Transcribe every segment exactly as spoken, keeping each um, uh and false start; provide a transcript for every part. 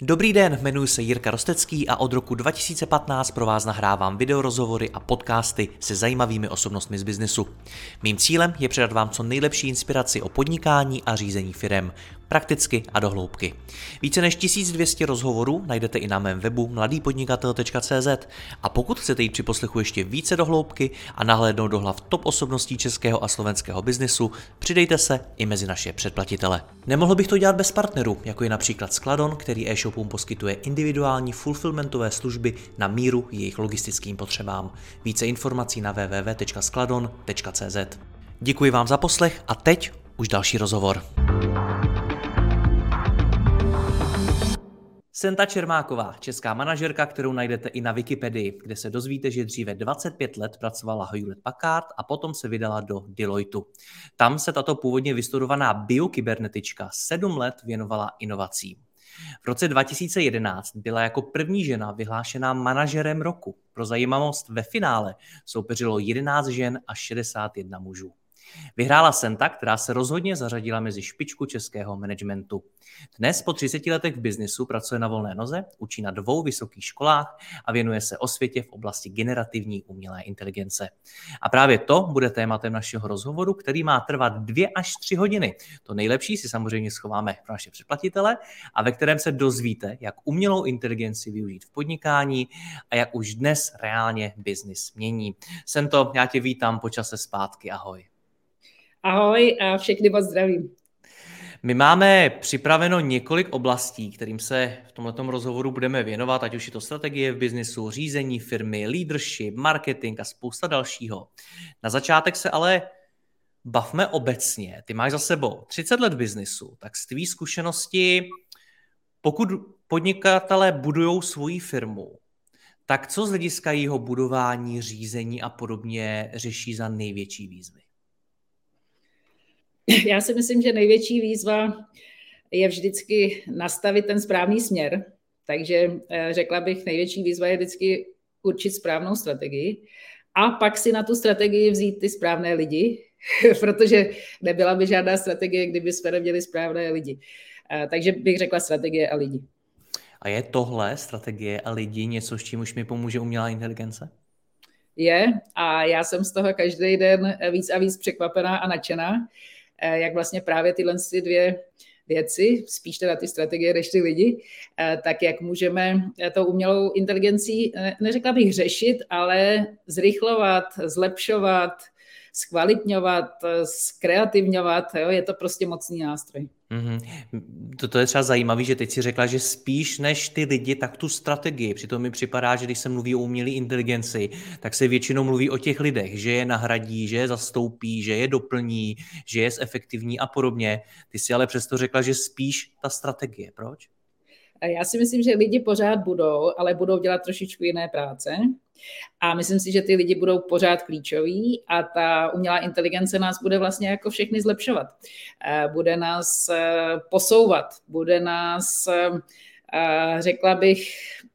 Dobrý den, jmenuji se Jirka Rostecký a od roku dva tisíce patnáct pro vás nahrávám videorozhovory a podcasty se zajímavými osobnostmi z biznesu. Mým cílem je předat vám co nejlepší inspiraci o podnikání a řízení firem, prakticky a do hloubky. Více než tisíc dvě stě rozhovorů najdete i na mém webu mladý podnikatel tečka cé zet a pokud chcete jít při poslechu ještě více do hloubky a nahlédnout do hlav top osobností českého a slovenského biznesu, přidejte se i mezi naše předplatitele. Nemohl bych to dělat bez partnerů, jako je například Skladon, který e-shopům poskytuje individuální fulfillmentové služby na míru jejich logistickým potřebám. Více informací na w w w tečka skladon tečka cé zet. Děkuji vám za poslech a teď už další rozhovor. Senta Čermáková, česká manažerka, kterou najdete i na Wikipedii, kde se dozvíte, že dříve dvacet pět let pracovala Hewlett Packard a potom se vydala do Deloitu. Tam se tato původně vystudovaná biokybernetička sedm let věnovala inovacím. V roce dva tisíce jedenáct byla jako první žena vyhlášená manažerem roku. Pro zajímavost ve finále soupeřilo jedenáct žen a šedesát jedna mužů. Vyhrála Senta, která se rozhodně zařadila mezi špičku českého managementu. Dnes po třiceti letech v biznisu pracuje na volné noze, učí na dvou vysokých školách a věnuje se osvětě v oblasti generativní umělé inteligence. A právě to bude tématem našeho rozhovoru, který má trvat dvě až tři hodiny. To nejlepší si samozřejmě schováme pro naše předplatitele a ve kterém se dozvíte, jak umělou inteligenci využít v podnikání a jak už dnes reálně biznis mění. Sento, já tě vítám po čase zpátky, ahoj. Ahoj a všechny moc zdravím. My máme připraveno několik oblastí, kterým se v tomhletom rozhovoru budeme věnovat, ať už je to strategie v biznisu, řízení firmy, leadership, marketing a spousta dalšího. Na začátek se ale bavme obecně. Ty máš za sebou třicet let biznisu, tak z tvý zkušenosti, pokud podnikatelé budujou svoji firmu, tak co z hlediska jeho budování, řízení a podobně řeší za největší výzvy? Já si myslím, že největší výzva je vždycky nastavit ten správný směr. Takže řekla bych, největší výzva je vždycky určit správnou strategii a pak si na tu strategii vzít ty správné lidi, protože nebyla by žádná strategie, kdyby jsme neměli správné lidi. Takže bych řekla strategie a lidi. A je tohle strategie a lidi něco, s čím už mi pomůže umělá inteligence? Je a já jsem z toho každý den víc a víc překvapená a nadšená, jak vlastně právě tyhle dvě věci, spíš teda ty strategie než ty lidi, tak jak můžeme tou umělou inteligencí, neřekla bych řešit, ale zrychlovat, zlepšovat, zkvalitňovat, zkreativňovat, jo? Je to prostě mocný nástroj. Mm-hmm. Toto je třeba zajímavé, že teď si řekla, že spíš než ty lidi, tak tu strategii. Přitom mi připadá, že když se mluví o umělé inteligenci, tak se většinou mluví o těch lidech, že je nahradí, že je zastoupí, že je doplní, že je zefektivní a podobně. Ty si ale přesto řekla, že spíš ta strategie. Proč? Já si myslím, že lidi pořád budou, ale budou dělat trošičku jiné práce. A myslím si, že ty lidi budou pořád klíčoví a ta umělá inteligence nás bude vlastně jako všechny zlepšovat. Bude nás posouvat, bude nás, řekla bych,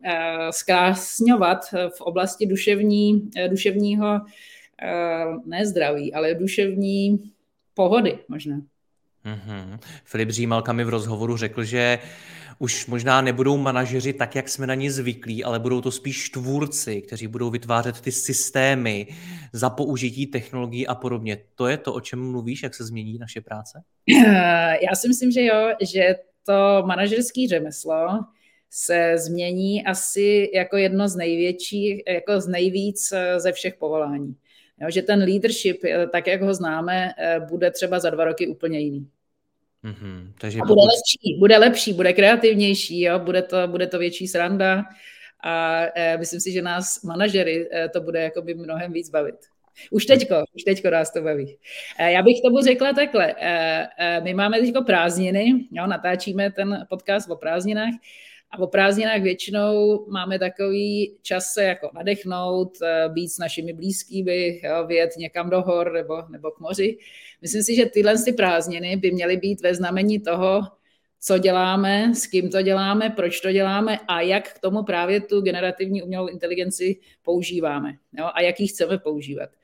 zkrásňovat v oblasti duševní, duševního, ne zdraví, ale duševní pohody možná. Mm-hmm. Filip Římalka mi v rozhovoru řekl, že už možná nebudou manažeři tak, jak jsme na ně zvyklí, ale budou to spíš tvůrci, kteří budou vytvářet ty systémy za použití technologií a podobně. To je to, o čem mluvíš, jak se změní naše práce? Já si myslím, že jo, že to manažerské řemeslo se změní asi jako jedno z největších, jako z nejvíc ze všech povolání. Jo, že ten leadership, tak jak ho známe, bude třeba za dva roky úplně jiný. Mm-hmm. Takže a bude pokud... lepší, bude lepší, bude kreativnější, jo? Bude, to, bude to větší sranda a e, myslím si, že nás manažery e, to bude jakoby mnohem víc bavit. Už teďko, už teďko nás to baví. E, já bych tomu řekla takhle, e, e, my máme teďko prázdniny, jo? Natáčíme ten podcast o prázdninách a o prázdninách většinou máme takový čas se jako nadechnout, být s našimi blízkými, jo, vyjet někam do hor nebo, nebo k moři. Myslím si, že tyhle ty prázdniny by měly být ve znamení toho, co děláme, s kým to děláme, proč to děláme a jak k tomu právě tu generativní umělou inteligenci používáme, jo, a jak ji chceme používat.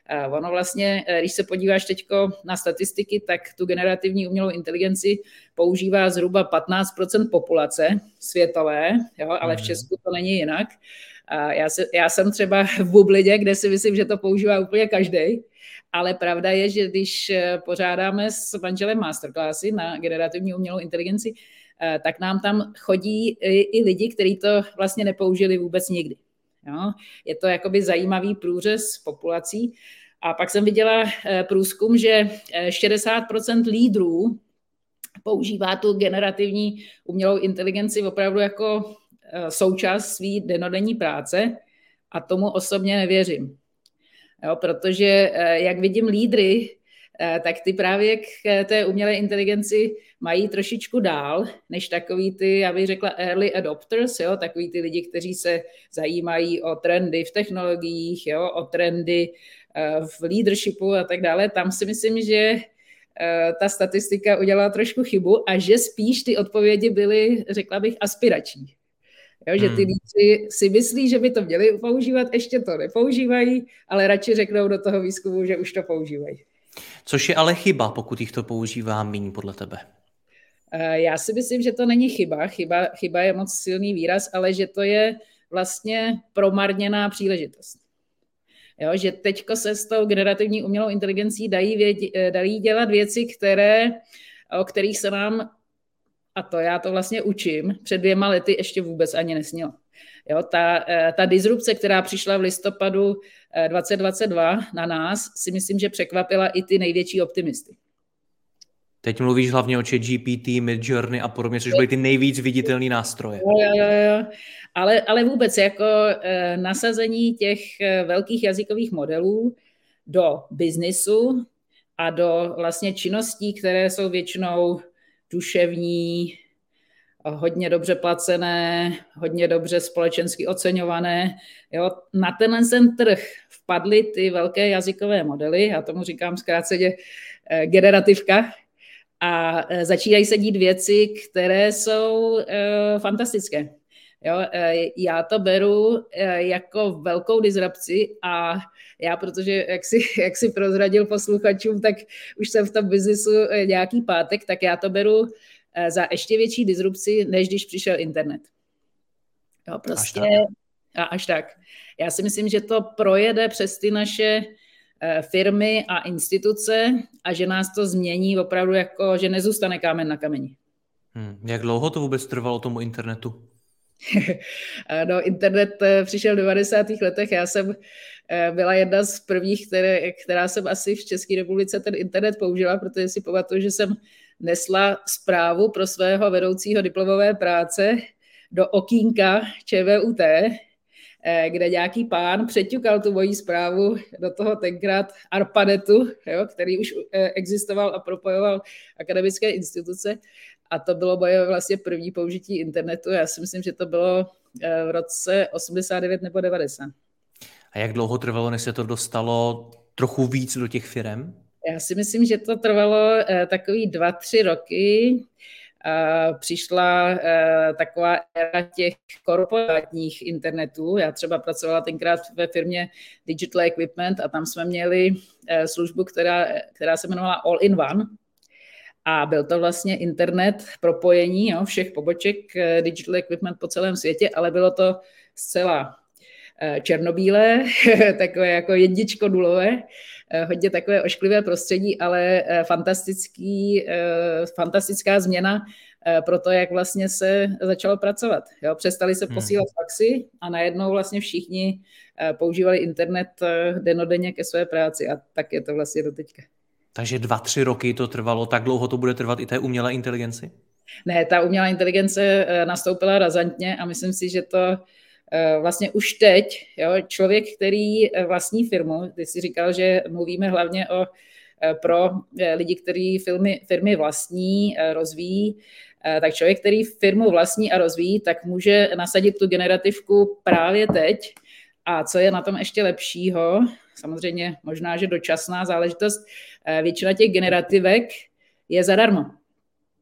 Ono vlastně, když se podíváš teďko na statistiky, tak tu generativní umělou inteligenci používá zhruba patnáct procent populace světové, jo, ale v Česku to není jinak. Já, se, já jsem třeba v bublině, kde si myslím, že to používá úplně každý, ale pravda je, že když pořádáme s manželem masterclassy na generativní umělou inteligenci, tak nám tam chodí i, i lidi, kteří to vlastně nepoužili vůbec nikdy. Jo? Je to jakoby zajímavý průřez populací. A pak jsem viděla průzkum, že šedesát procent lídrů používá tu generativní umělou inteligenci opravdu jako součást své dennodenní práce a tomu osobně nevěřím. Jo, protože jak vidím lídry, tak ty právě k té umělé inteligenci mají trošičku dál, než takový ty, já bych řekla, early adopters, jo, takový ty lidi, kteří se zajímají o trendy v technologiích, jo, o trendy v leadershipu a tak dále. Tam si myslím, že ta statistika udělala trošku chybu a že spíš ty odpovědi byly, řekla bych, aspirační. Jo, že ty lídři si myslí, že by to měli používat, ještě to nepoužívají, ale radši řeknou do toho výzkumu, že už to používají. Což je ale chyba, pokud jich to používá míň podle tebe. Já si myslím, že to není chyba. chyba. Chyba je moc silný výraz, ale že to je vlastně promarněná příležitost. Jo, že teďko se s tou generativní umělou inteligencí dají, vědě, dají dělat věci, které, o kterých se nám, a to já to vlastně učím, před dvěma lety ještě vůbec ani nesnilo. Jo, ta, ta disrupce, která přišla v listopadu dvacet dvacet dva na nás, si myslím, že překvapila i ty největší optimisty. Teď mluvíš hlavně o ChatGPT, Midjourney a podobně, což byly ty nejvíc viditelný nástroje. Jo, jo, jo. Ale, ale vůbec jako e, nasazení těch velkých jazykových modelů do biznisu a do vlastně činností, které jsou většinou duševní, hodně dobře placené, hodně dobře společensky oceňované. Jo. Na tenhle ten trh vpadly ty velké jazykové modely, já tomu říkám zkráceně e, generativka, a začínají se dít věci, které jsou e, fantastické. Jo, e, já to beru e, jako velkou disrupci a já, protože jak si, jak si prozradil posluchačům, tak už jsem v tom biznisu e, nějaký pátek, tak já to beru e, za ještě větší disrupci, než když přišel internet. Jo, prostě až tak. A až tak. Já si myslím, že to projede přes ty naše firmy a instituce a že nás to změní opravdu jako, že nezůstane kámen na kameni. Hmm. Jak dlouho to vůbec trvalo tomu internetu? No, internet přišel v devadesátých letech. Já jsem byla jedna z prvních, které, která jsem asi v České republice ten internet použila, protože si pamatuju, že jsem nesla zprávu pro svého vedoucího diplomové práce do okýnka ČVUT, kde nějaký pán přeťukal tu moji zprávu do toho tenkrát ARPANETu, jo, který už existoval a propojoval akademické instituce. A to bylo moje vlastně první použití internetu. Já si myslím, že to bylo v roce osmdesát devět nebo devadesát. A jak dlouho trvalo, než se to dostalo trochu víc do těch firem? Já si myslím, že to trvalo takový dva, tři roky. Přišla taková éra těch korporátních internetů. Já třeba pracovala tenkrát ve firmě Digital Equipment a tam jsme měli službu, která, která se jmenovala All in One. A byl to vlastně internet, propojení jo, všech poboček Digital Equipment po celém světě, ale bylo to zcela černobílé, takové jako jedničko nulové, hodně takové ošklivé prostředí, ale fantastický, fantastická změna pro to, jak vlastně se začalo pracovat. Jo, přestali se posílat faxy a najednou vlastně všichni používali internet dennodenně ke své práci a tak je to vlastně do teďka. Takže dva, tři roky to trvalo, tak dlouho to bude trvat i té umělé inteligenci? Ne, ta umělá inteligence nastoupila razantně a myslím si, že to vlastně už teď, jo, člověk, který vlastní firmu, ty jsi říkal, že mluvíme hlavně o, pro lidi, kteří firmy, firmy vlastní, rozvíjí, tak člověk, který firmu vlastní a rozvíjí, tak může nasadit tu generativku právě teď. A co je na tom ještě lepšího, samozřejmě možná, že dočasná záležitost, většina těch generativek je zadarmo.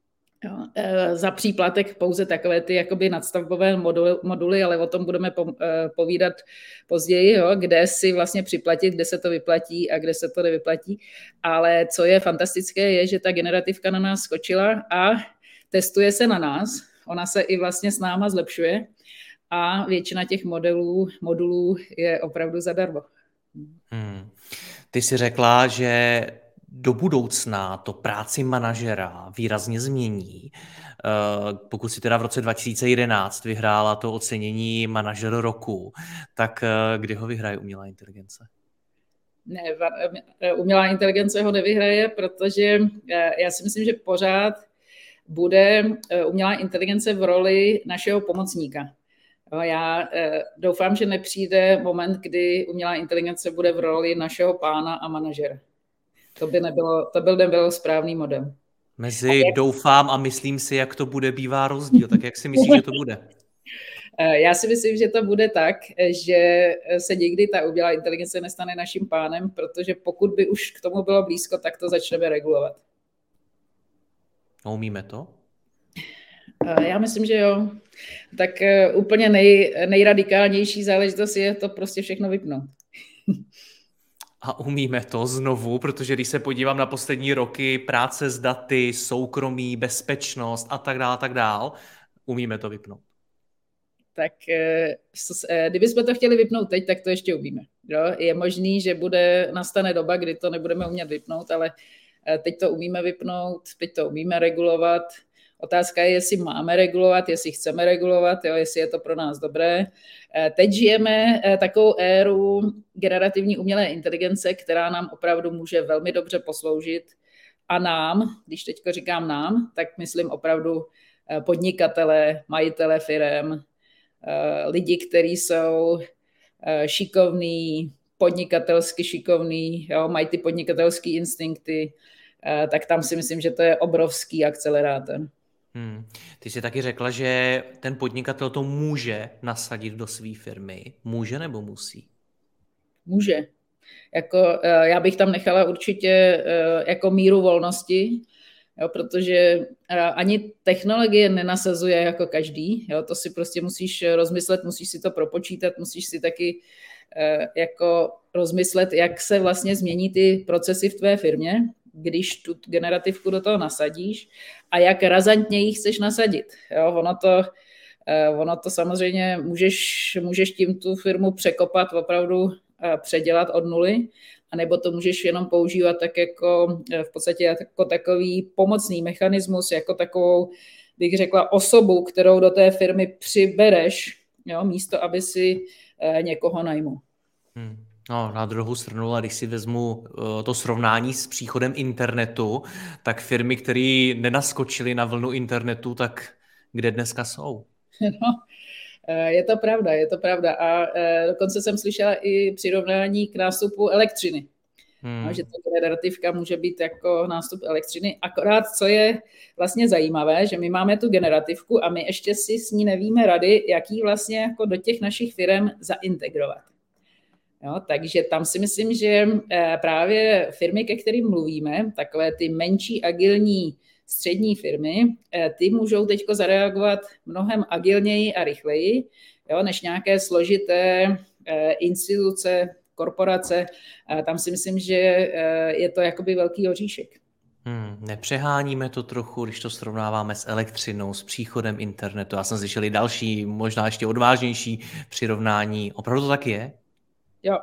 Jo, e, za příplatek pouze takové ty jakoby nadstavbové moduly, moduly, ale o tom budeme po, e, povídat později, jo, kde si vlastně připlatit, kde se to vyplatí a kde se to nevyplatí. Ale co je fantastické, je, že ta generativka na nás skočila a testuje se na nás. Ona se i vlastně s náma zlepšuje a většina těch modelů, modulů je opravdu zadarmo. Hmm. Ty jsi řekla, že do budoucna to práci manažera výrazně změní. Pokud si teda v roce dva tisíce jedenáct vyhrála to ocenění manažer roku, tak kdy ho vyhraje umělá inteligence? Ne, umělá inteligence ho nevyhraje, protože já si myslím, že pořád bude umělá inteligence v roli našeho pomocníka. Já doufám, že nepřijde moment, kdy umělá inteligence bude v roli našeho pána a manažera. To by nebylo, to by nebyl správný model. Mezi jak... doufám a myslím si, jak to bude, bývá rozdíl. Tak jak si myslíš, že to bude? Já si myslím, že to bude tak, že se nikdy ta umělá inteligence nestane naším pánem, protože pokud by už k tomu bylo blízko, tak to začneme regulovat. Umíme to? Já myslím, že jo. Tak úplně nej, nejradikálnější záležitost je to prostě všechno vypnout. A umíme to znovu, protože když se podívám na poslední roky, práce s daty, soukromí, bezpečnost a tak dále, tak dále, umíme to vypnout. Tak kdybychom to chtěli vypnout teď, tak to ještě umíme. Jo? Je možný, že bude nastane doba, kdy to nebudeme umět vypnout, ale teď to umíme vypnout, teď to umíme regulovat. Otázka je, jestli máme regulovat, jestli chceme regulovat, jo, jestli je to pro nás dobré. Teď žijeme takovou éru generativní umělé inteligence, která nám opravdu může velmi dobře posloužit. A nám, když teď říkám nám, tak myslím opravdu podnikatele, majitele firem, lidi, kteří jsou šikovní, podnikatelsky šikovní, jo, mají ty podnikatelské instinkty, tak tam si myslím, že to je obrovský akcelerátor. Hmm. Ty jsi taky řekla, že ten podnikatel to může nasadit do své firmy. Může nebo musí? Může. Jako, já bych tam nechala určitě jako míru volnosti, jo, protože ani technologie nenasazuje jako každý. Jo, to si prostě musíš rozmyslet, musíš si to propočítat, musíš si taky jako rozmyslet, jak se vlastně změní ty procesy v tvé firmě, když tu generativku do toho nasadíš a jak razantně ji chceš nasadit. Jo, ono, to, ono to samozřejmě můžeš, můžeš tím tu firmu překopat, opravdu předělat od nuly, anebo to můžeš jenom používat tak jako v podstatě jako takový pomocný mechanismus, jako takovou, bych řekla, osobu, kterou do té firmy přibereš, jo, místo, aby si někoho najmu. Hmm. No, na druhou stranu, a když si vezmu to srovnání s příchodem internetu, tak firmy, které nenaskočily na vlnu internetu, tak kde dneska jsou? No, je to pravda, je to pravda. A dokonce jsem slyšela i přirovnání k nástupu elektřiny. Hmm. No, že ta generativka může být jako nástup elektřiny. Akorát, co je vlastně zajímavé, že my máme tu generativku a my ještě si s ní nevíme rady, jak ji vlastně jako do těch našich firm zaintegrovat. Jo, takže tam si myslím, že právě firmy, ke kterým mluvíme, takové ty menší agilní střední firmy, ty můžou teď zareagovat mnohem agilněji a rychleji, jo, než nějaké složité instituce, korporace. Tam si myslím, že je to jakoby velký oříšek. Hmm, nepřeháníme to trochu, když to srovnáváme s elektřinou, s příchodem internetu. Já jsem slyšel i další, možná ještě odvážnější přirovnání. Opravdu to tak je? Jo.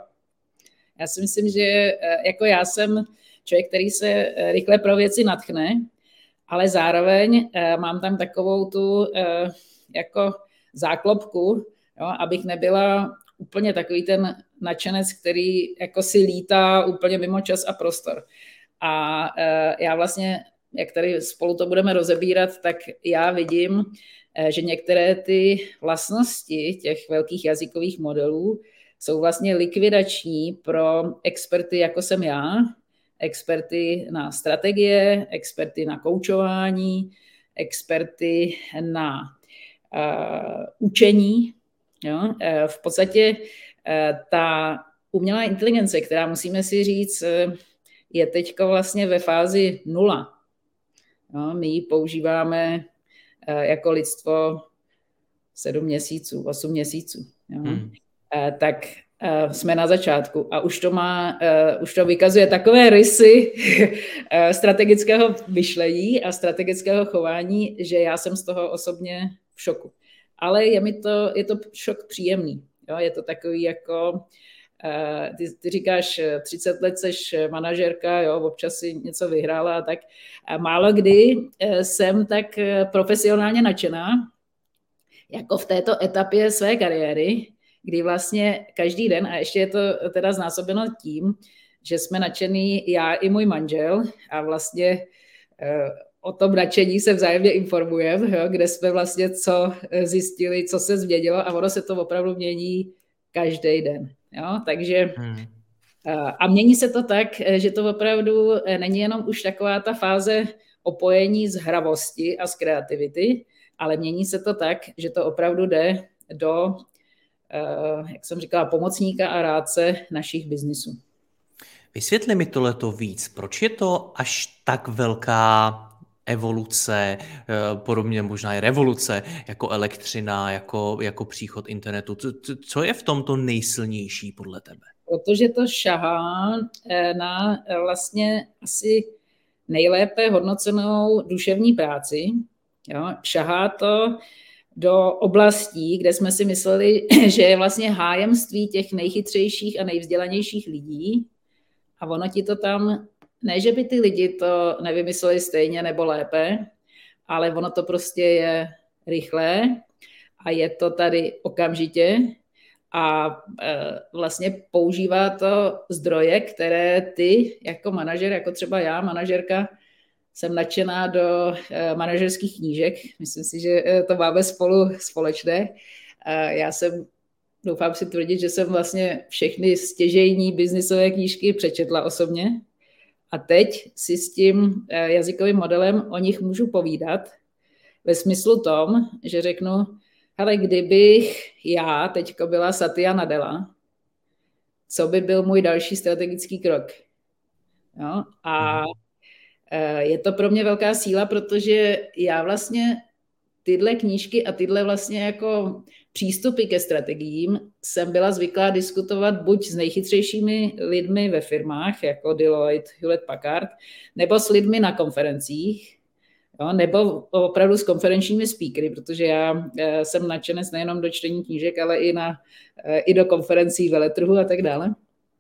Já si myslím, že jako já jsem člověk, který se rychle pro věci nadchne, ale zároveň mám tam takovou tu jako záklopku, jo, abych nebyla úplně takový ten nadšenec, který jako si lítá úplně mimo čas a prostor. A já vlastně, jak tady spolu to budeme rozebírat, tak já vidím, že některé ty vlastnosti těch velkých jazykových modelů jsou vlastně likvidační pro experty, jako jsem já, experty na strategie, experty na koučování, experty na uh, učení. Jo? Uh, v podstatě uh, ta umělá inteligence, která musíme si říct, uh, je teď vlastně ve fázi nula. Jo, my ji používáme jako lidstvo sedm měsíců, osm měsíců. Jo. Hmm. Tak jsme na začátku a už to má, už to vykazuje takové rysy strategického myšlení a strategického chování, že já jsem z toho osobně v šoku. Ale je mi to, je to šok příjemný. Jo? Je to takový jako, ty, ty říkáš, třicet let seš manažerka, jo? Občas si něco vyhrála a tak. A málo kdy jsem tak profesionálně nadšená, jako v této etapě své kariéry, kdy vlastně každý den, a ještě je to teda znásobeno tím, že jsme nadšený já i můj manžel a vlastně o tom nadšení se vzájemně informujeme, kde jsme vlastně co zjistili, co se změnilo a ono se to opravdu mění každý den. Jo? Takže hmm. a mění se to tak, že to opravdu není jenom už taková ta fáze opojení z hravosti a z kreativity, ale mění se to tak, že to opravdu jde do, jak jsem říkala, pomocníka a rádce našich biznisů. Vysvětli mi tohleto víc. Proč je to až tak velká evoluce, podobně možná i revoluce, jako elektřina, jako, jako příchod internetu? Co je v tomto nejsilnější podle tebe? Protože to šahá na vlastně asi nejlépe hodnocenou duševní práci. Jo? Šahá to do oblastí, kde jsme si mysleli, že je vlastně hájemství těch nejchytřejších a nejvzdělanějších lidí. A ono ti to tam, ne, že by ty lidi to nevymysleli stejně nebo lépe, ale ono to prostě je rychlé a je to tady okamžitě a e, vlastně používá to zdroje, které ty jako manažer, jako třeba já, manažerka, jsem nadšená do e, manažerských knížek. Myslím si, že to máme spolu společné. E, já jsem doufám si tvrdit, že jsem vlastně všechny stěžejní biznisové knížky přečetla osobně a teď si s tím jazykovým modelem o nich můžu povídat ve smyslu tom, že řeknu, hele, kdybych já teďko byla Satya Nadella, co by byl můj další strategický krok? Jo? A je to pro mě velká síla, protože já vlastně tyhle knížky a tyhle vlastně jako přístupy ke strategiím jsem byla zvyklá diskutovat buď s nejchytřejšími lidmi ve firmách, jako Deloitte, Hewlett Packard, nebo s lidmi na konferencích, jo, nebo opravdu s konferenčními speakery, protože já jsem nadšenec nejenom do čtení knížek, ale i, na, i do konferencí, veletrhu a tak dále.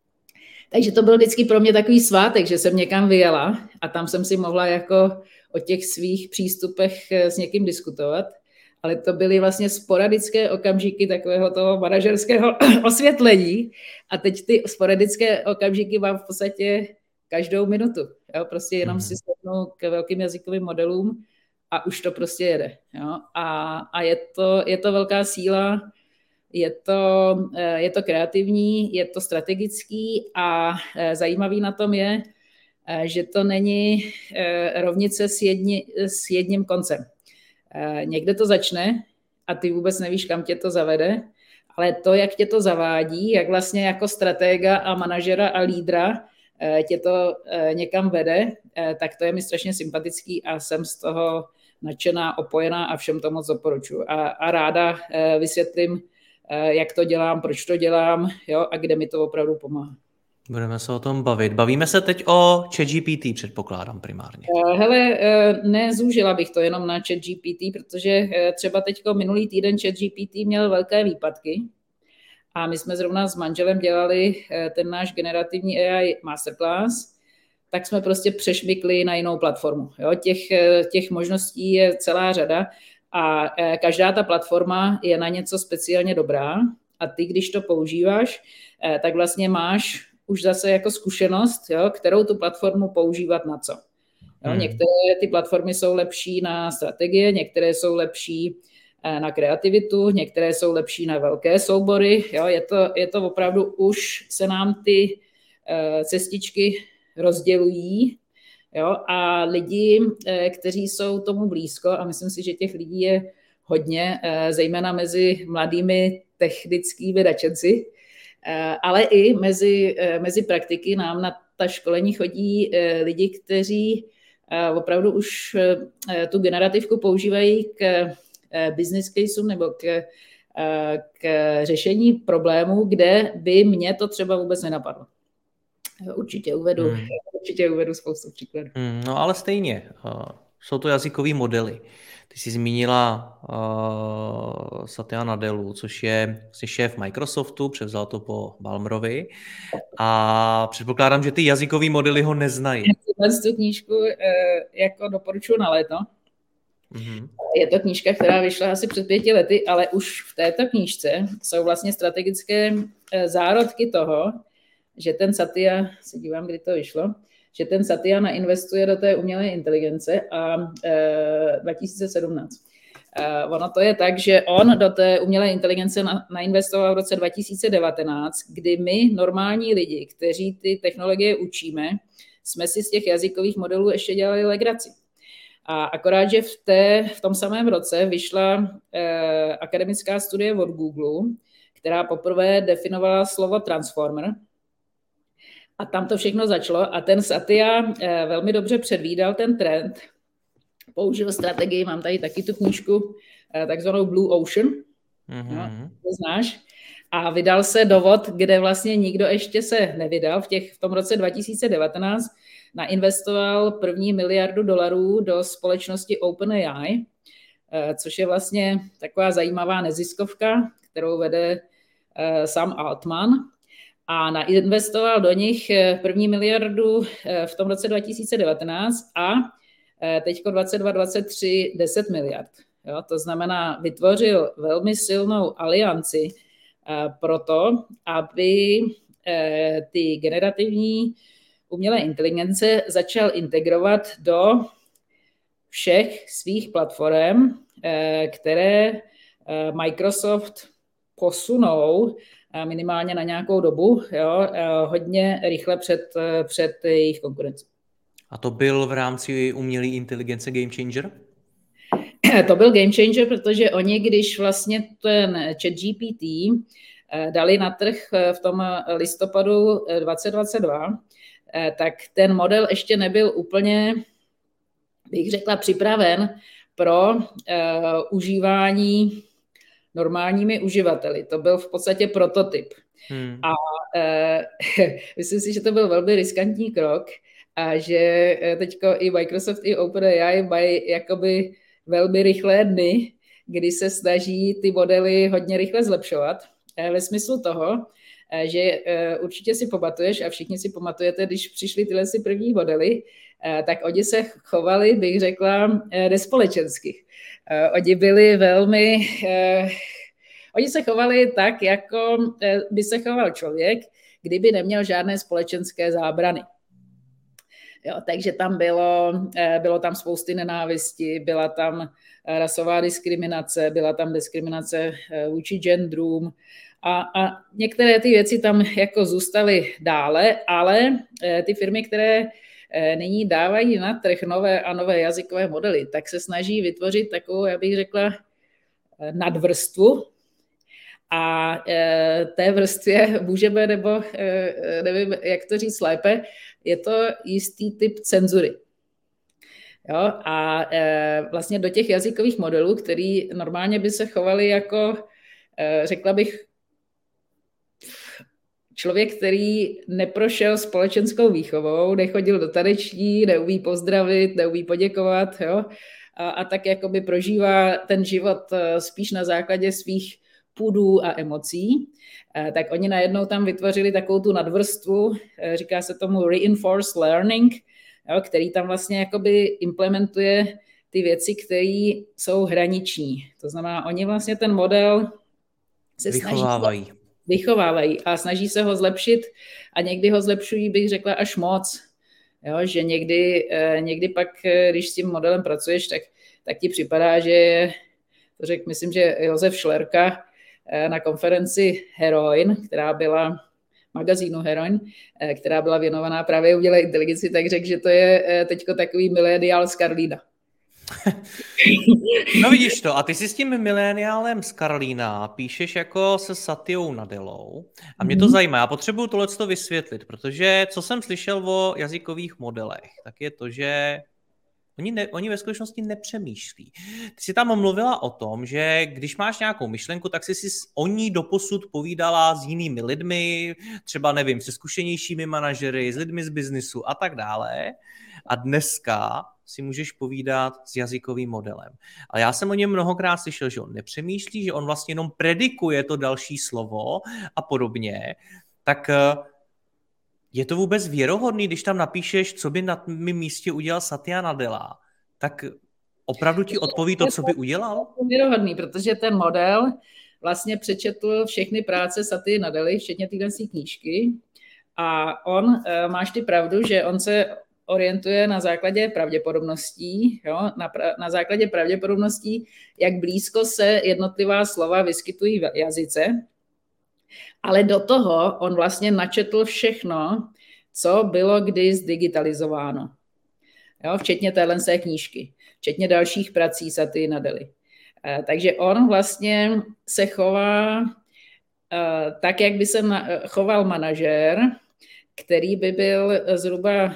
Takže to byl vždycky pro mě takový svátek, že jsem někam vyjela a tam jsem si mohla jako o těch svých přístupech s někým diskutovat, ale to byly vlastně sporadické okamžiky takového toho manažerského osvětlení a teď ty sporadické okamžiky mám v podstatě každou minutu. Jo? Prostě jenom si sednu k velkým jazykovým modelům a už to prostě jede. Jo? A, a je, to, je to velká síla, je to, je to kreativní, je to strategický a zajímavý na tom je, že to není rovnice s, jedni, s jedním koncem. Někde to začne a ty vůbec nevíš, kam tě to zavede, ale to, jak tě to zavádí, jak vlastně jako stratega a manažera a lídra tě to někam vede, tak to je mi strašně sympatický a jsem z toho nadšená, opojená a všem to moc doporučuji. A, a ráda vysvětlím, jak to dělám, proč to dělám, jo, a kde mi to opravdu pomáhá. Budeme se o tom bavit. Bavíme se teď o ChatGPT, předpokládám primárně. Hele, nezúžila bych to jenom na ChatGPT, protože třeba teďko minulý týden ChatGPT měl velké výpadky a my jsme zrovna s manželem dělali ten náš generativní A I masterclass, tak jsme prostě přešmykli na jinou platformu. Jo? Těch, těch možností je celá řada a každá ta platforma je na něco speciálně dobrá a ty, když to používáš, tak vlastně máš už zase jako zkušenost, jo, kterou tu platformu používat na co. Jo, hmm. Některé ty platformy jsou lepší na strategie, některé jsou lepší na kreativitu, některé jsou lepší na velké soubory. Jo, je to, je to opravdu, už se nám ty uh, cestičky rozdělují, jo, a lidi, uh, kteří jsou tomu blízko, a myslím si, že těch lidí je hodně, uh, zejména mezi mladými technickými nadšenci, ale i mezi, mezi praktiky nám na ta školení chodí lidi, kteří opravdu už tu generativku používají k business caseům nebo k, k řešení problémů, kde by mě to třeba vůbec nenapadlo. Určitě uvedu, hmm. určitě uvedu spoustu příkladů. Hmm, no ale stejně, uh, jsou to jazykové modely. Ty jsi zmínila uh, Satya Nadellu, což je vlastně šéf Microsoftu, převzal to po Ballmerovi a předpokládám, že ty jazykové modely ho neznají. Já si tu knížku uh, jako doporučuji na léto. Mm-hmm. Je to knížka, která vyšla asi před pěti lety, ale už v této knížce jsou vlastně strategické uh, zárodky toho, že ten Satya, se dívám, kdy to vyšlo, že ten Satya nainvestuje do té umělé inteligence a e, dva tisíce sedmnáct. E, ono to je tak, že on do té umělé inteligence na, nainvestoval v roce dva tisíce devatenáct, kdy my, normální lidi, kteří ty technologie učíme, jsme si z těch jazykových modelů ještě dělali legraci. A akorát, že v, té, v tom samém roce vyšla e, akademická studie od Google, která poprvé definovala slovo transformer. A tam to všechno začalo a ten Satya eh, velmi dobře předvídal ten trend, použil strategii, mám tady taky tu knížku, eh, takzvanou Blue Ocean, mm-hmm. no, to znáš, a vydal se do vod, kde vlastně nikdo ještě se nevydal, v, těch, v tom roce dva tisíce devatenáct nainvestoval první miliardu dolarů do společnosti OpenAI, eh, což je vlastně taková zajímavá neziskovka, kterou vede eh, Sam Altman, a nainvestoval do nich první miliardu v tom roce dva tisíce devatenáct a teďko dvacet dva dvacet tři deset miliard. Jo, to znamená, vytvořil velmi silnou alianci pro to, aby ty generativní umělé inteligence začal integrovat do všech svých platform, které Microsoft posunou minimálně na nějakou dobu, jo, hodně rychle před, před jejich konkurencí. A to byl v rámci umělé inteligence game changer? To byl game changer, protože oni, když vlastně ten ChatGPT dali na trh v tom listopadu dvacet dvacet dva, tak ten model ještě nebyl úplně, bych řekla, připraven pro uh, užívání normálními uživateli. To byl v podstatě prototyp. Hmm. A e, myslím si, že to byl velmi riskantní krok a že teďko i Microsoft, i OpenAI mají jakoby velmi rychlé dny, kdy se snaží ty modely hodně rychle zlepšovat. E, ve smyslu toho, e, že e, určitě si pamatuješ a všichni si pamatujete, když přišly tyhle si první modely, e, tak oni se chovali, bych řekla, e, nespolečensky. Uh, oni byli velmi, uh, oni se chovali tak, jako uh, by se choval člověk, kdyby neměl žádné společenské zábrany. Jo, takže tam bylo, uh, bylo tam spousty nenávisti, byla tam uh, rasová diskriminace, byla tam diskriminace uh, vůči genderům a, a některé ty věci tam jako zůstaly dále, ale uh, ty firmy, které nyní dávají na trh nové a nové jazykové modely, tak se snaží vytvořit takovou, já bych řekla, nadvrstvu. A té vrstvě můžeme, nebo nevím, jak to říct lépe, je to jistý typ cenzury. Jo? A vlastně do těch jazykových modelů, který normálně by se chovaly jako, řekla bych, člověk, který neprošel společenskou výchovou, nechodil do taneční, neumí pozdravit, neumí poděkovat, jo? A, a tak jakoby prožívá ten život spíš na základě svých pudů a emocí, tak oni najednou tam vytvořili takovou tu nadvrstvu, říká se tomu reinforced learning, jo? Který tam vlastně jakoby implementuje ty věci, které jsou hraniční. To znamená, oni vlastně ten model se vychovávají. snaží vychovávají a snaží se ho zlepšit a někdy ho zlepšují, bych řekla, až moc. Jo, že někdy, někdy pak, když s tím modelem pracuješ, tak, tak ti připadá, že to řekl, myslím, že Josef Šlerka na konferenci Heroin, která byla magazínu Heroin, která byla věnovaná právě umělé inteligenci, tak řekl, že to je teďko takový mileniál z Karlína. No vidíš to, a ty si s tím mileniálem z Karlína píšeš jako se Satyou Nadellou a mě to zajímá, já potřebuju tohleto vysvětlit, protože co jsem slyšel o jazykových modelech, tak je to, že Oni, ne, oni ve skutečnosti nepřemýšlí. Ty jsi tam mluvila o tom, že když máš nějakou myšlenku, tak jsi si o ní doposud povídala s jinými lidmi, třeba nevím, se zkušenějšími manažery, s lidmi z biznisu a tak dále. A dneska si můžeš povídat s jazykovým modelem. Ale já jsem o něm mnohokrát slyšel, že on nepřemýšlí, že on vlastně jenom predikuje to další slovo a podobně. Tak je to vůbec věrohodný, když tam napíšeš, co by na mém místě udělal Satya Nadella, tak opravdu ti odpoví to, co by udělal? Je to věrohodný, protože ten model vlastně přečetl všechny práce Satya Nadelly, včetně téhle knížky, a on, máš ty pravdu, že on se orientuje na základě pravděpodobností, jo? Na, pra, na základě pravděpodobností, jak blízko se jednotlivá slova vyskytují v jazyce, ale do toho on vlastně načetl všechno, co bylo kdy zdigitalizováno. Jo, včetně téhle knížky, včetně dalších prací Satya Nadelly. Takže on vlastně se chová tak, jak by se choval manažér, který by byl zhruba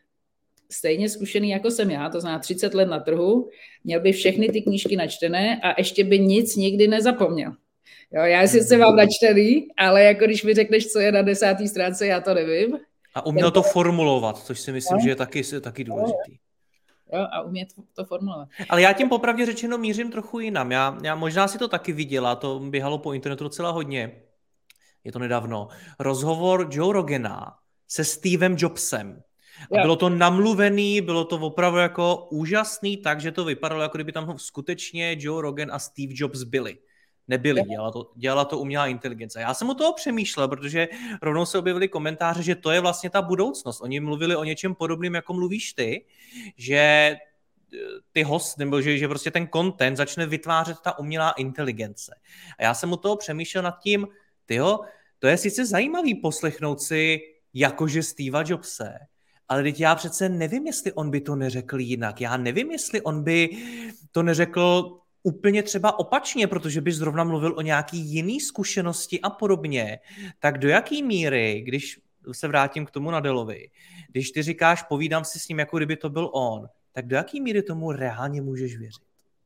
stejně zkušený, jako jsem já, to znamená třicet let na trhu, měl by všechny ty knížky načtené a ještě by nic nikdy nezapomněl. Jo, já sice mám načtený, ale jako když mi řekneš, co je na desátý stránce, já to nevím. A uměl to formulovat, což si myslím, jo, že je taky, taky důležitý. Jo, a umět to formulovat. Ale já tím popravdě řečeno mířím trochu jinam. Já, já možná si to taky viděla, to běhalo po internetu docela hodně. Je to nedávno. Rozhovor Joe Rogana se Stevem Jobsem. A bylo to namluvený, bylo to opravdu jako úžasný, takže to vypadalo, jako kdyby tam skutečně Joe Rogan a Steve Jobs byli. Nebyli, dělala to, dělala to umělá inteligence. Já jsem o toho přemýšlel, protože rovnou se objevily komentáře, že to je vlastně ta budoucnost. Oni mluvili o něčem podobným, jako mluvíš ty, že ty host, nebo že, že prostě ten content začne vytvářet ta umělá inteligence. A já jsem o toho přemýšlel nad tím, tyjo, to je sice zajímavý poslechnout si jakože Steva Jobse, ale teď já přece nevím, jestli on by to neřekl jinak. Já nevím, jestli on by to neřekl úplně třeba opačně, protože by zrovna mluvil o nějaký jiný zkušenosti a podobně. Tak do jaký míry, když se vrátím k tomu Nadellovi, když ty říkáš, povídám si s ním, jako kdyby to byl on, tak do jaký míry tomu reálně můžeš věřit?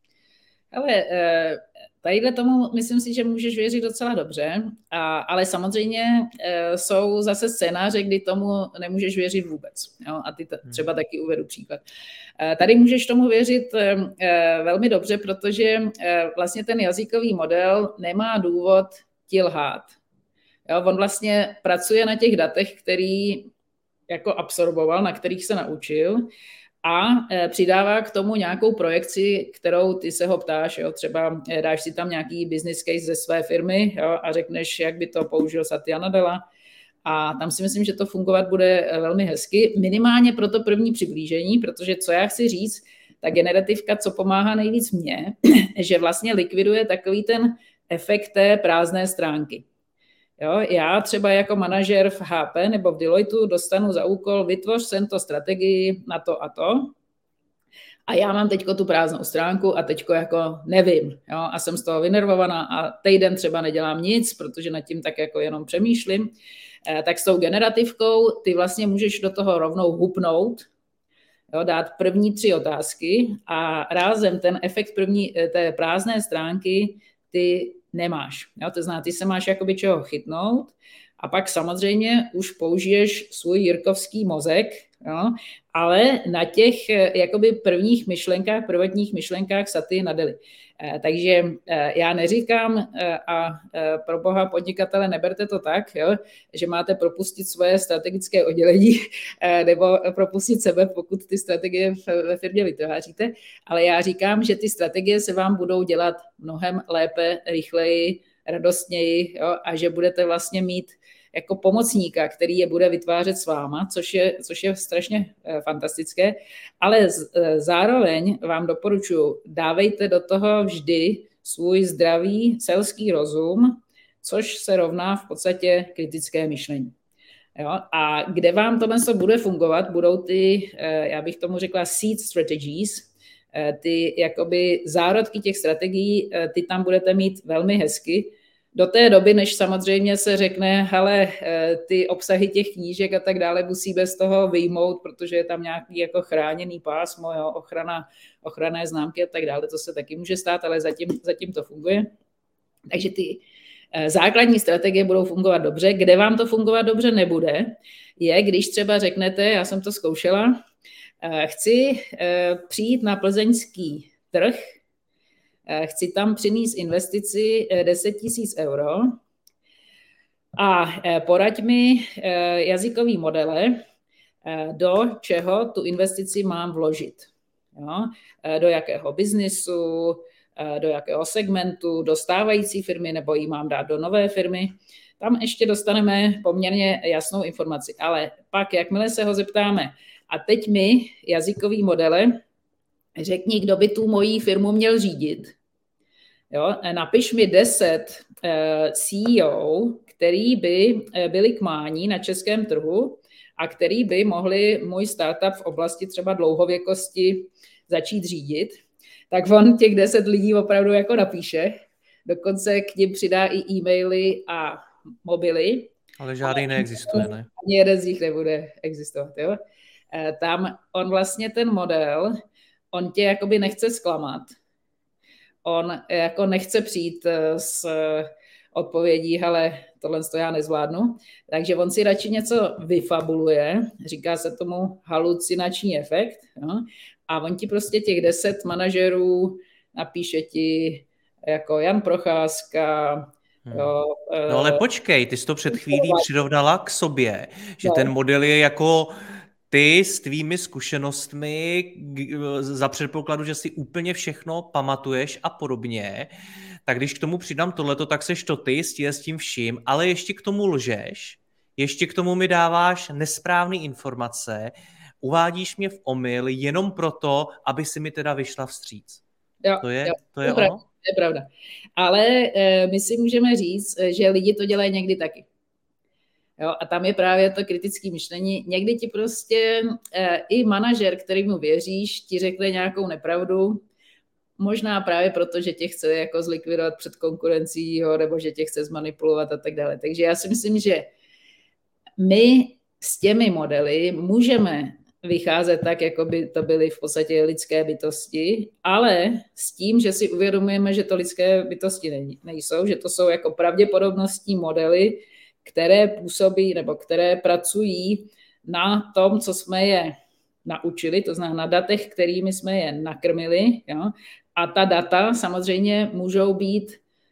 Ale tadyhle tomu myslím si, že můžeš věřit docela dobře, a, ale samozřejmě e, jsou zase scénáře, kdy tomu nemůžeš věřit vůbec. Jo? A ty t- třeba taky uvedu příklad. E, tady můžeš tomu věřit e, velmi dobře, protože e, vlastně ten jazykový model nemá důvod ti lhát. Jo? On vlastně pracuje na těch datech, který jako absorboval, na kterých se naučil, a přidává k tomu nějakou projekci, kterou ty se ho ptáš, jo? Třeba dáš si tam nějaký business case ze své firmy, jo? A řekneš, jak by to použil Satya Nadella, a tam si myslím, že to fungovat bude velmi hezky, minimálně pro to první přiblížení, protože co já chci říct, ta generativka, co pomáhá nejvíc mně, že vlastně likviduje takový ten efekt té prázdné stránky. Jo, já třeba jako manažer v H P nebo v Deloitu dostanu za úkol, vytvoř sem to strategii na to a to, a já mám teďko tu prázdnou stránku a teďko jako nevím, jo, a jsem z toho vynervovaná a týden třeba nedělám nic, protože nad tím tak jako jenom přemýšlím, eh, tak s tou generativkou ty vlastně můžeš do toho rovnou hupnout, jo, dát první tři otázky a rázem ten efekt první té prázdné stránky ty nemáš. Jo? To znamená, ty se máš jakoby čeho chytnout a pak samozřejmě už použiješ svůj jirkovský mozek, jo? Ale na těch jakoby prvních myšlenkách, prvotních myšlenkách Satya Nadelly. Eh, takže eh, já neříkám eh, a eh, pro boha podnikatele neberte to tak, jo? Že máte propustit svoje strategické oddělení eh, nebo propustit sebe, pokud ty strategie ve firmě vytváříte, ale já říkám, že ty strategie se vám budou dělat mnohem lépe, rychleji, radostněji, jo? A že budete vlastně mít jako pomocníka, který je bude vytvářet s váma, což je, což je strašně fantastické, ale z, zároveň vám doporučuji, dávejte do toho vždy svůj zdravý selský rozum, což se rovná v podstatě kritické myšlení. Jo? A kde vám tohle bude fungovat, budou ty, já bych tomu řekla seed strategies, ty jakoby zárodky těch strategií, ty tam budete mít velmi hezky, do té doby, než samozřejmě se řekne, hele, ty obsahy těch knížek a tak dále musí bez toho vyjmout, protože je tam nějaký jako chráněný pásmo, jo, ochrana, ochranné známky a tak dále, to se taky může stát, ale zatím, zatím to funguje. Takže ty základní strategie budou fungovat dobře. Kde vám to fungovat dobře nebude, je, když třeba řeknete, já jsem to zkoušela, chci přijít na plzeňský trh, chci tam přinést investici deset tisíc euro a poraď mi jazykový modele, do čeho tu investici mám vložit. Jo? Do jakého biznisu, do jakého segmentu, do stávající firmy, nebo ji mám dát do nové firmy. Tam ještě dostaneme poměrně jasnou informaci. Ale pak, jakmile se ho zeptáme, a teď mi jazykový modele, řekni, kdo by tu moji firmu měl řídit. Jo? Napiš mi deset C E O, který by byli k mání na českém trhu a který by mohli můj startup v oblasti třeba dlouhověkosti začít řídit. Tak on těch deset lidí opravdu jako napíše. Dokonce k nim přidá i e-maily a mobily. Ale žádný neexistuje, ne? Ani jeden z nich nebude existovat. Jo? Tam on vlastně ten model, on tě jakoby nechce zklamat. On jako nechce přijít s odpovědí, hele, tohle to já nezvládnu. Takže on si radši něco vyfabuluje, říká se tomu halucinační efekt, jo? A on ti prostě těch deset manažerů napíše ti jako Jan Procházka. Hmm. Jo, no ale počkej, ty jsi to před chvílí přirovnala k sobě, že no. Ten model je jako ty s tvými zkušenostmi za předpokladu, že si úplně všechno pamatuješ a podobně, tak když k tomu přidám tohleto, tak seš to ty s tím vším, ale ještě k tomu lžeš, ještě k tomu mi dáváš nesprávné informace, uvádíš mě v omyl jenom proto, aby si mi teda vyšla vstříc. Jo, to je, jo, to je to ono? To je pravda. Ale e, my si můžeme říct, že lidi to dělají někdy taky. Jo, a tam je právě to kritické myšlení. Někdy ti prostě e, i manažer, kterýmu věříš, ti řekne nějakou nepravdu, možná právě proto, že tě chce jako zlikvidovat před konkurencí, jo, nebo že tě chce zmanipulovat a tak dále. Takže já si myslím, že my s těmi modely můžeme vycházet tak, jako by to byly v podstatě lidské bytosti, ale s tím, že si uvědomujeme, že to lidské bytosti nejsou, že to jsou jako pravděpodobnostní modely, které působí nebo které pracují na tom, co jsme je naučili, to znamená na datech, kterými jsme je nakrmili. Jo? A ta data samozřejmě můžou být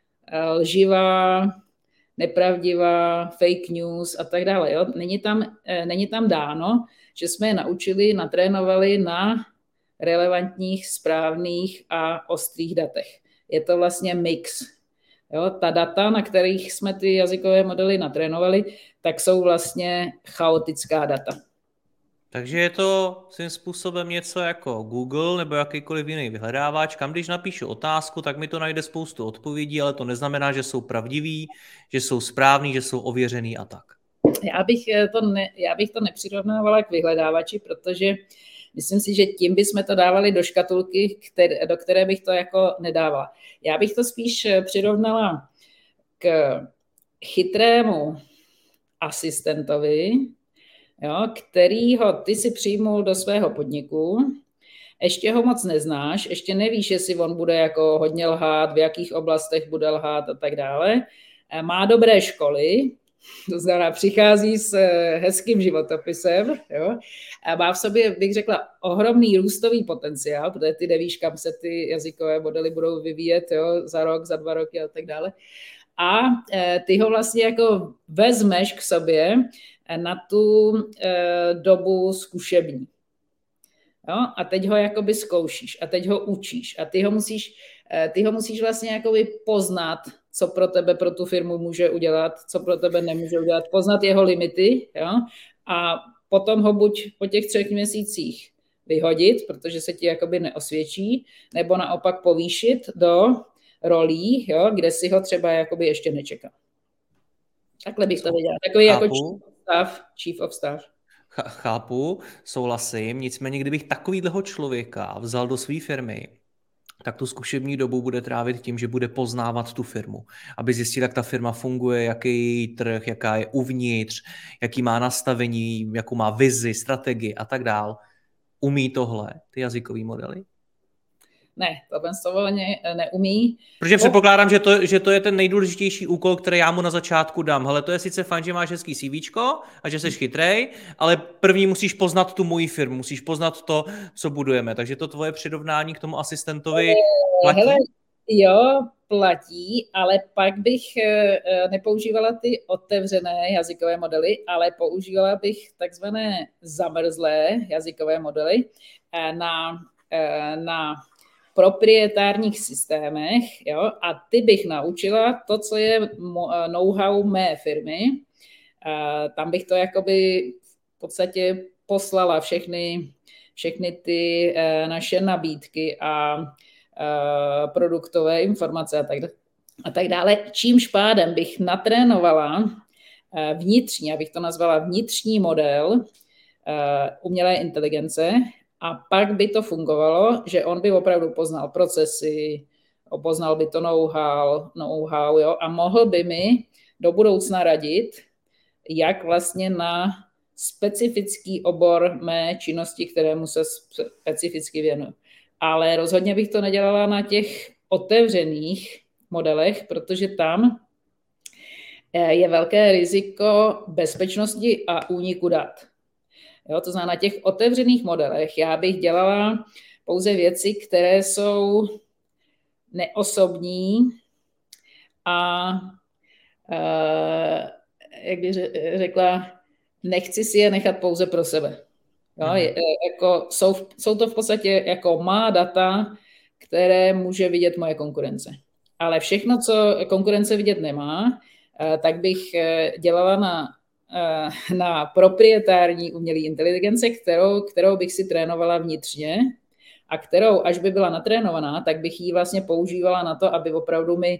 lživá, nepravdivá, fake news a tak dále. Jo? Není tam, není tam dáno, že jsme je naučili, natrénovali na relevantních, správných a ostrých datech. Je to vlastně mix. Jo? Ta data, na kterých jsme ty jazykové modely natrénovali, tak jsou vlastně chaotická data. Takže je to svým způsobem něco jako Google nebo jakýkoliv jiný vyhledávač, kam když napíšu otázku, tak mi to najde spoustu odpovědí, ale to neznamená, že jsou pravdiví, že jsou správný, že jsou ověřený a tak. Já bych to, ne, já bych to nepřirovnávala k vyhledávači, protože myslím si, že tím bychom to dávali do škatulky, které, do které bych to jako nedávala. Já bych to spíš přirovnala k chytrému asistentovi, jo, kterýho ty si přijmul do svého podniku, ještě ho moc neznáš, ještě nevíš, jestli on bude jako hodně lhát, v jakých oblastech bude lhát a tak dále. Má dobré školy, to znamená, přichází s hezkým životopisem, jo, a má v sobě, bych řekla, ohromný růstový potenciál, protože ty nevíš, kam se ty jazykové modely budou vyvíjet, jo, za rok, za dva roky a tak dále. A ty ho vlastně jako vezmeš k sobě na tu dobu zkušební. Jo? A teď ho jakoby zkoušíš a teď ho učíš a ty ho musíš, ty ho musíš vlastně jakoby poznat, co pro tebe, pro tu firmu může udělat, co pro tebe nemůže udělat, poznat jeho limity, jo? A potom ho buď po těch třech měsících vyhodit, protože se ti jakoby neosvědčí, nebo naopak povýšit do rolí, jo? Kde si ho třeba jakoby ještě nečekal. Takhle bych to viděla. Takový jako chief of staff. Chief of staff. Chápu, souhlasím, nicméně kdybych takovýhleho člověka vzal do své firmy tak tu zkušební dobu bude trávit tím, že bude poznávat tu firmu, aby zjistil, jak ta firma funguje, jaký je její trh, jaká je uvnitř, jaký má nastavení, jakou má vizi, strategii a tak dál. Umí tohle ty jazykové modely? Ne, tohle slovo ne, neumí. Protože předpokládám, že to, že to je ten nejdůležitější úkol, který já mu na začátku dám. Hele, to je sice fajn, že máš hezký CVčko a že jsi chytrej, ale první musíš poznat tu moji firmu, musíš poznat to, co budujeme. Takže to tvoje přirovnání k tomu asistentovi platí? Hele, jo, platí, ale pak bych nepoužívala ty otevřené jazykové modely, ale používala bych takzvané zamrzlé jazykové modely na, na proprietárních systémech, jo, a ty bych naučila to, co je know-how mé firmy. Tam bych to jakoby v podstatě poslala všechny, všechny ty naše nabídky a produktové informace a tak, a tak dále. Čímž pádem bych natrénovala vnitřní, abych to nazvala vnitřní model umělé inteligence, a pak by to fungovalo, že on by opravdu poznal procesy, poznal by to know-how, know-how, jo, a mohl by mi do budoucna radit, jak vlastně na specifický obor mé činnosti, kterému se specificky věnuju. Ale rozhodně bych to nedělala na těch otevřených modelech, protože tam je velké riziko bezpečnosti a úniku dat. Jo, to znamená, na těch otevřených modelech já bych dělala pouze věci, které jsou neosobní a, a jak bych řekla, nechci si je nechat pouze pro sebe. Jo, je, jako jsou, jsou to v podstatě jako má data, které může vidět moje konkurence. Ale všechno, co konkurence vidět nemá, tak bych dělala na na proprietární umělé inteligence, kterou, kterou bych si trénovala vnitřně a kterou, až by byla natrénovaná, tak bych ji vlastně používala na to, aby opravdu mi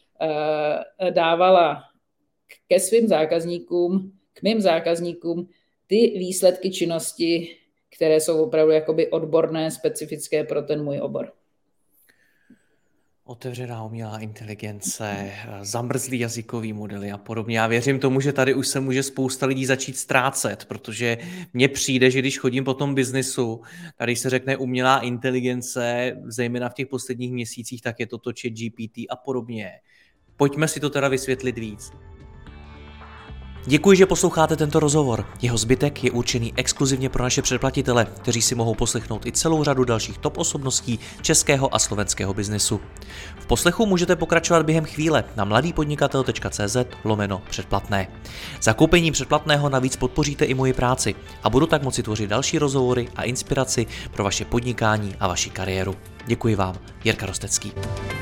uh, dávala ke svým zákazníkům, k mým zákazníkům ty výsledky činnosti, které jsou opravdu jakoby odborné, specifické pro ten můj obor. Otevřená umělá inteligence, zamrzlý jazykový modely a podobně. Já věřím tomu, že tady už se může spousta lidí začít ztrácet, protože mně přijde, že když chodím po tom biznisu, tady se řekne umělá inteligence, zejména v těch posledních měsících, tak je to to ChatGPT a podobně. Pojďme si to teda vysvětlit víc. Děkuji, že posloucháte tento rozhovor. Jeho zbytek je určený exkluzivně pro naše předplatitele, kteří si mohou poslechnout i celou řadu dalších top osobností českého a slovenského biznesu. V poslechu můžete pokračovat během chvíle na mladýpodnikatel tečka cé zet lomeno předplatné. Zakoupením předplatného navíc podpoříte i moji práci a budu tak moci tvořit další rozhovory a inspiraci pro vaše podnikání a vaši kariéru. Děkuji vám, Jirka Rostecký.